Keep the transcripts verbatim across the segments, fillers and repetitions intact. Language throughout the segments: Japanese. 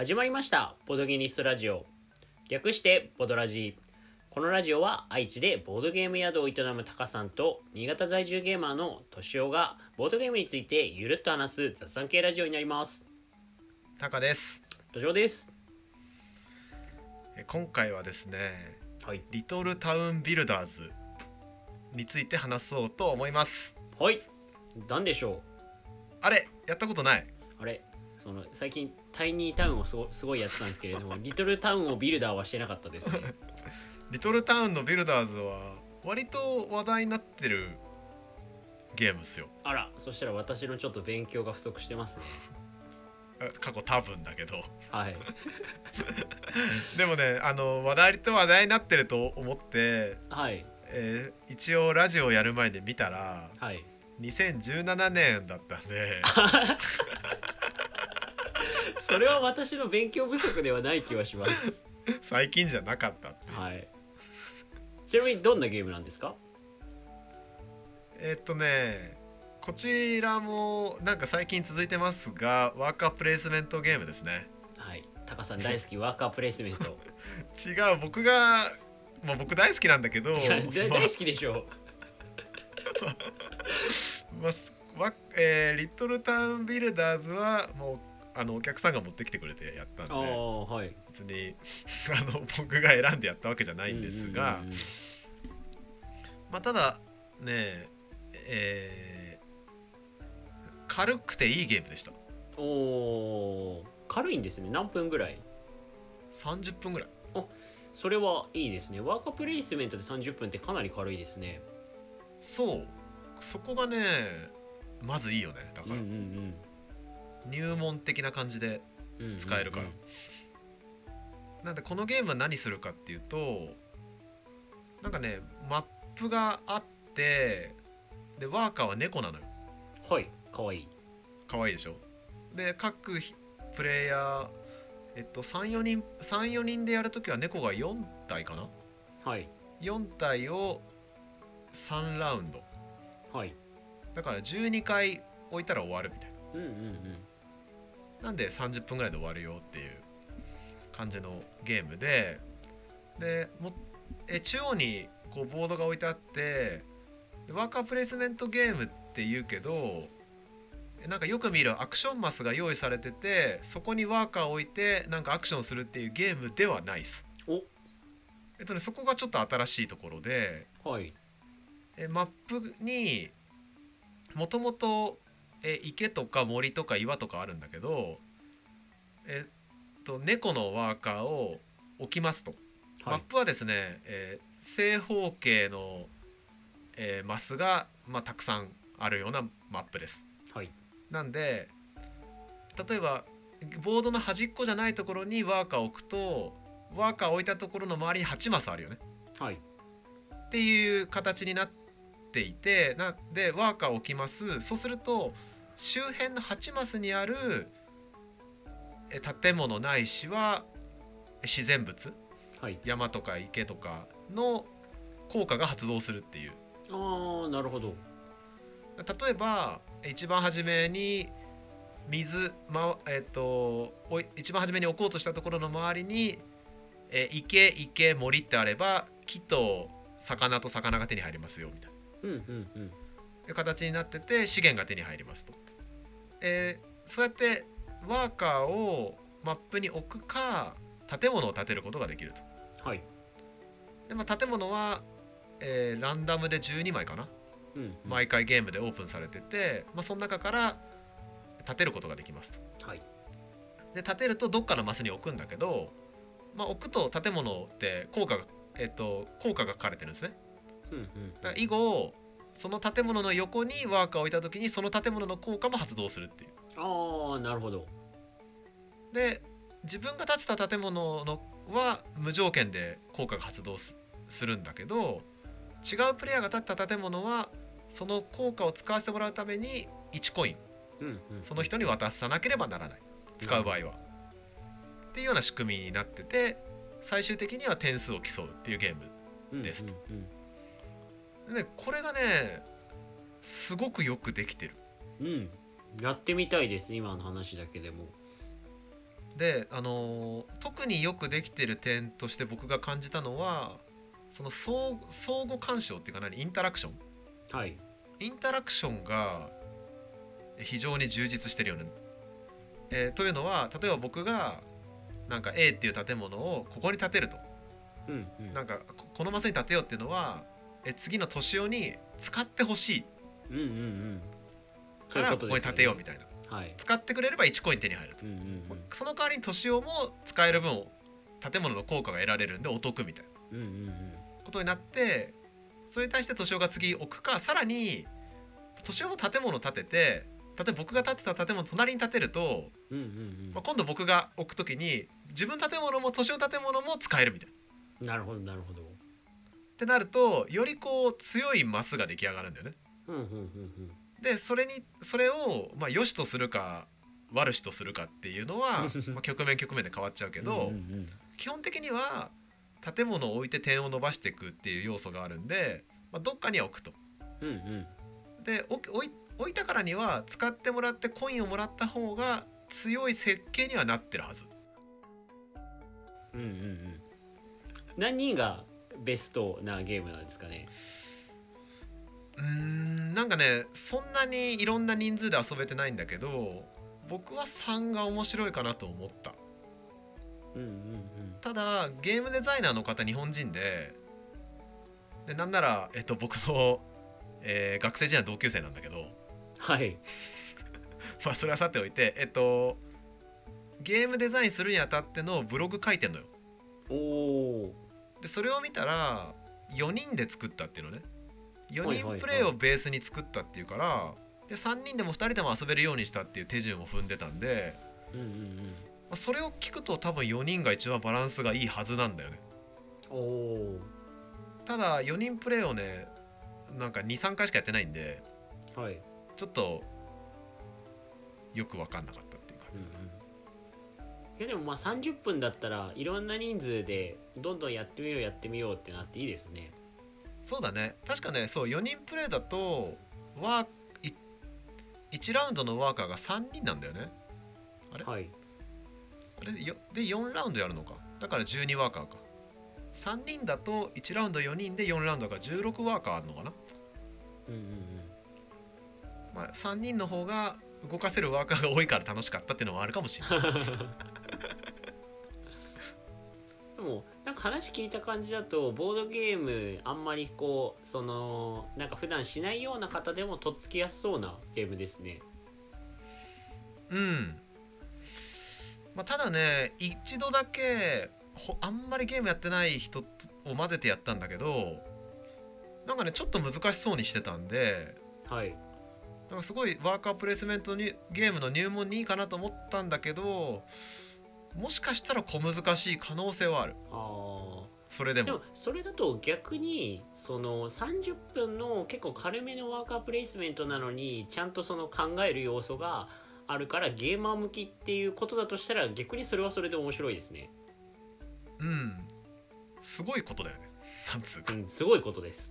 始まりましたボドゲニストラジオ、略してボドラジ。このラジオは愛知でボードゲーム宿を営むタカさんと新潟在住ゲーマーのトシオがボードゲームについてゆるっと話す雑談系ラジオになります。 タカです。 トシオです。 え今回はですね、 はい、 リトルタウンビルダーズについて話そうと思います。 はい、何でしょう。 あれやったことない？ あれその最近タイニータウンをす ご, すごいやってたんですけれどもリトルタウンをビルダーはしてなかったですね。 リトルタウンのビルダーズは割と話題になってるゲームっすよ。 あら、そしたら私のちょっと勉強が不足してますね。 過去多分だけどはいでもね、あの話題と話題になってると思って、 はいえー、一応ラジオをやる前に見たら、 はい、 にせんじゅうななねんだったんでそれは私の勉強不足ではない気はします。 最近じゃなかったっていう。 はい。ちなみにどんなゲームなんですか？ えー、っとねこちらもなんか最近続いてますが、ワーカープレイスメントゲームですね。 はい、タカさん大好きワーカープレイスメント。 違う、僕がもう僕大好きなんだけど、 いや大好きでしょう。 まあわえー、リトルタウンビルダーズはもうあのお客さんが持ってきてくれてやったんで、 あ、はい、 別にあの僕が選んでやったわけじゃないんですが、 うんうんうんうん、 まあただね、えー、軽くていいゲームでした。 おー、軽いんですね。何分ぐらい？ さんじゅっぷんぐらい。 あ、それはいいですね。ワーカープレイスメントでさんじゅっぷんってかなり軽いですね。 そう、そこがねまずいいよね。だから、 うんうんうん、 入門的な感じで使えるから、うんうんうん、なんでこのゲームは何するかっていうと、なんかねマップがあって、でワーカーは猫なのよ。 はい、かわいい。 かわいいでしょ。で各プレイヤー、えっとさんよにんさんよにんでやるときは猫がよんたいかな。 はい、 よんたいをさんラウンド、 はい、 だからじゅうにかい置いたら終わるみたいな。 うんうんうん、 なんでさんじゅっぷんぐらいで終わるよっていう感じのゲームで、でもえ中央にこうボードが置いてあって、ワーカープレイスメントゲームっていうけど、なんかよく見るアクションマスが用意されてて、そこにワーカーを置いてなんかアクションするっていうゲームではないです。 お、 えっとねそこがちょっと新しいところで、 はい、 えマップにもともと池とか森とか岩とかあるんだけど、えっと猫のワーカーを置きますと、 はい、 マップはですね、えー、正方形の、えー、マスが、まあ、たくさんあるようなマップです。 はい、 なんで例えばボードの端っこじゃないところにワーカーを置くと、ワーカーを置いたところの周りにはちマスあるよね、 はい、 っていう形になっていて、なんでワーカーを置きます。そうすると周辺のはちマスにある建物ないしは自然物、 はい、 山とか池とかの効果が発動するっていう。 ああ、なるほど。 例えば一番初めに水、まえっと、一番初めに置こうとしたところの周りにえ池池森ってあれば、木と魚と魚が手に入りますよみたいな、 うんうんうん、 いう形になってて、資源が手に入りますと、えー、そうやってワーカーをマップに置くか建物を建てることができると。 はい。 で、まあ、建物は、えー、ランダムでじゅうにまいかな、 うんうん、 毎回ゲームでオープンされてて、まあ、その中から建てることができますと。 はい。 で建てるとどっかのマスに置くんだけど、まあ、置くと建物って効果が、えっと、効果が書かれてるんですね。 うんうん、 だから以後その建物の横にワーカーを置いた時にその建物の効果も発動するっていう。 ああ、なるほど。 で自分が建てた建物のは無条件で効果が発動 す, するんだけど、違うプレイヤーが建てた建物はその効果を使わせてもらうためにいちコイン、 うんうん、 その人に渡さなければならない、使う場合は、っていうような仕組みになってて、最終的には点数を競うっていうゲームですと、うんうんうん、でね、これがねすごくよくできてる。 うん、やってみたいです。今の話だけでも。 であのー特によくできてる点として僕が感じたのはその相相互干渉っていうか何インタラクションはいインタラクションが非常に充実してるよね、えーというのは例えば僕がなんか A っていう建物をここに建てると、 うんうんなんかここのマスに建てようっていうのはえ次の年男に使ってほしいうんうんうんからここに建てようみたいな、 はい使ってくれればいちコイン手に入ると、 うんうんうんその代わりに年男も使える分建物の効果が得られるんでお得みたいなうんうんうんことになって、それに対して年男が次置くか、さらに年男も建物を建てて、例えば僕が建てた建物隣に建てると、 うんうんうんまあ、今度僕が置くときに自分建物も年男建物も使えるみたいななるほどなるほどってなると、よりこう強いマスが出来上がるんだよね。 うんうんうんでそれにそれをまあ良しとするか悪しとするかっていうのはまあ局面局面で変わっちゃうけうんど、 うんうん基本的には建物を置いて点を伸ばしていくっていう要素があるんで、まあ、どっかには置くと。 うんうんで置き置い置いたからには使ってもらってコインをもらった方が強い設計にはなってるはず。 うんうんうん何人がベストなゲームなんですかね。 うーんなんかねそんなにいろんな人数で遊べてないんだけど、僕はさんが面白いかなと思った。 うんうんうんただゲームデザイナーの方日本人で、でなんなら、えっと、僕の、えー学生時代の同級生なんだけどはいまあそれはさておいて、えっとゲームデザインするにあたってのブログ書いてんのよ。 おおでそれを見たらよにんで作ったっていうのね。よにんはいはいはいプレイをベースに作ったっていうから、でさんにんでもふたりでも遊べるようにしたっていう手順を踏んでたんで、 うんうんうんまあそれを聞くと多分よにんが一番バランスがいいはずなんだよね。 おおただよにんプレイをねなんか にさんかいしかやってないんで、 はいちょっとよく分かんなかったっていう感うんうんいやでもまあさんじゅっぷんだったらいろんな人数でどんどんやってみようやってみようってなっていいですね。 じ。そうだね、確かね、そうよにんプレイだとワーいいちラウンドのワーカーがさんにんなんだよね。あれはいあれよでよんラウンドやるのか、だからじゅうにワーカーか。さんにんだといちラウンドよにんでよんラウンドがじゅうろくワーカーあるのかな。 うんうんうんまあさんにんの方が動かせるワーカーが多いから楽しかったっていうのはあるかもしれないでもなんか話聞いた感じだとボードゲームあんまりこうそのなんか普段しないような方でもとっつきやすそうなゲームですね。 うんまあ、ただね一度だけほあんまりゲームやってない人を混ぜてやったんだけど、なんかねちょっと難しそうにしてたんで、 はいなんかすごいワーカープレイスメントにゲームの入門にいいかなと思ったんだけど、もしかしたら小難しい可能性はある。 あそれでもでもそれだと逆にそのさんじゅっぷんの結構軽めのワーカープレイスメントなのにちゃんとその考える要素があるからゲーマー向きっていうことだとしたら逆にそれはそれで面白いですね。 うんすごいことだよね、なんつうかうんすごいことです。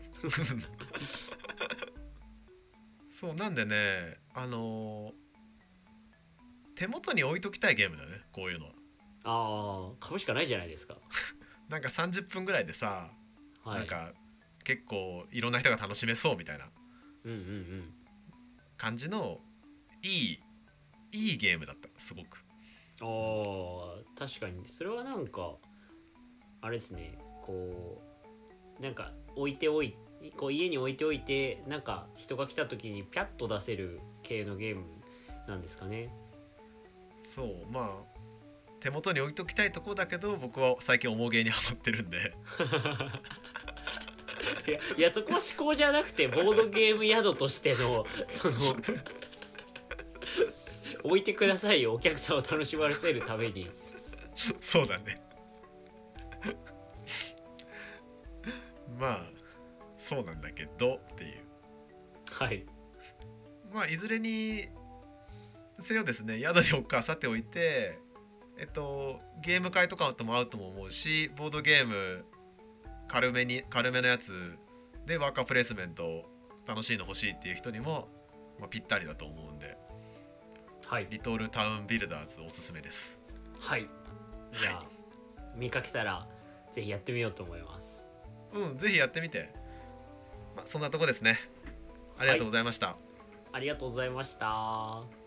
そうなんでねあのー手元に置いときたいゲームだよねこういうのは。 ああ株しかないじゃないですか。 なんかさんじゅっぷんぐらいでさ、 はいなんか結構いろんな人が楽しめそうみたいなうんうんうん感じのいいいいゲームだったすごく。 あー確かにそれはなんかあれですねこうなんか置いておいこう家に置いておいてなんか人が来た時にピャッと出せる系のゲームなんですかね。 そうまあ手元に置いときたいとこだけど僕は最近重ゲーにハマってるんでいやいやそこは思考じゃなくてボードゲーム宿としてのその置いてくださいよお客さんを楽しませるために。 そうだねまあそうなんだけどっていうはいまあいずれにせよですね宿に置くかさておいてえっとゲーム会とかとも合うとも思うし、ボードゲーム軽めに軽めのやつでワーカープレイスメント楽しいの欲しいっていう人にも、まあ、ぴったりだと思うんではいリトルタウンビルダーズおすすめです。 はいじゃあ、はい、見かけたらぜひやってみようと思います。 うんぜひやってみて。まあそんなとこですね。ありがとうございました。 はい、ありがとうございました。